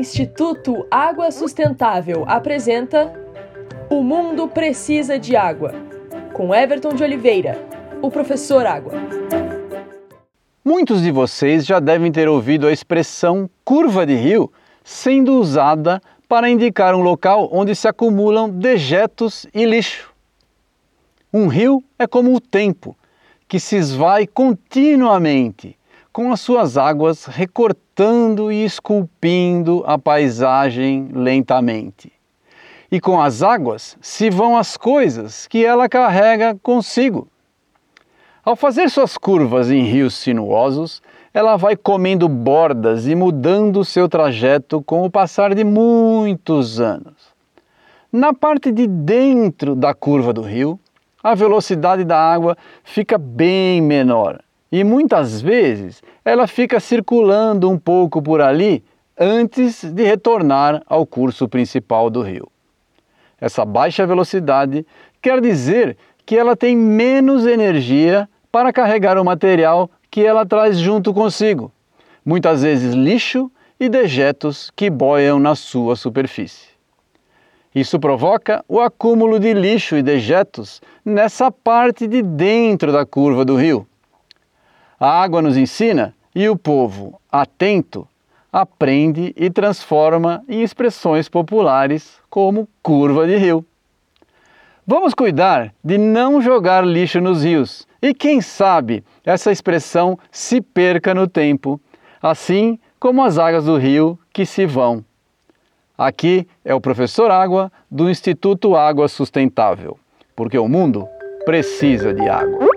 Instituto Água Sustentável apresenta O Mundo Precisa de Água, com Everton de Oliveira, o professor Água. Muitos de vocês já devem ter ouvido a expressão curva de rio sendo usada para indicar um local onde se acumulam dejetos e lixo. Um rio é como o tempo, que se esvai continuamente, com as suas águas recortando e esculpindo a paisagem lentamente. E com as águas se vão as coisas que ela carrega consigo. Ao fazer suas curvas em rios sinuosos, ela vai comendo bordas e mudando seu trajeto com o passar de muitos anos. Na parte de dentro da curva do rio, a velocidade da água fica bem menor e muitas vezes ela fica circulando um pouco por ali antes de retornar ao curso principal do rio. Essa baixa velocidade quer dizer que ela tem menos energia para carregar o material que ela traz junto consigo, muitas vezes lixo e dejetos que boiam na sua superfície. Isso provoca o acúmulo de lixo e dejetos nessa parte de dentro da curva do rio. A água nos ensina e o povo, atento, aprende e transforma em expressões populares como curva de rio. Vamos cuidar de não jogar lixo nos rios e, quem sabe, essa expressão se perca no tempo, assim como as águas do rio que se vão. Aqui é o professor Água do Instituto Água Sustentável, porque o mundo precisa de água.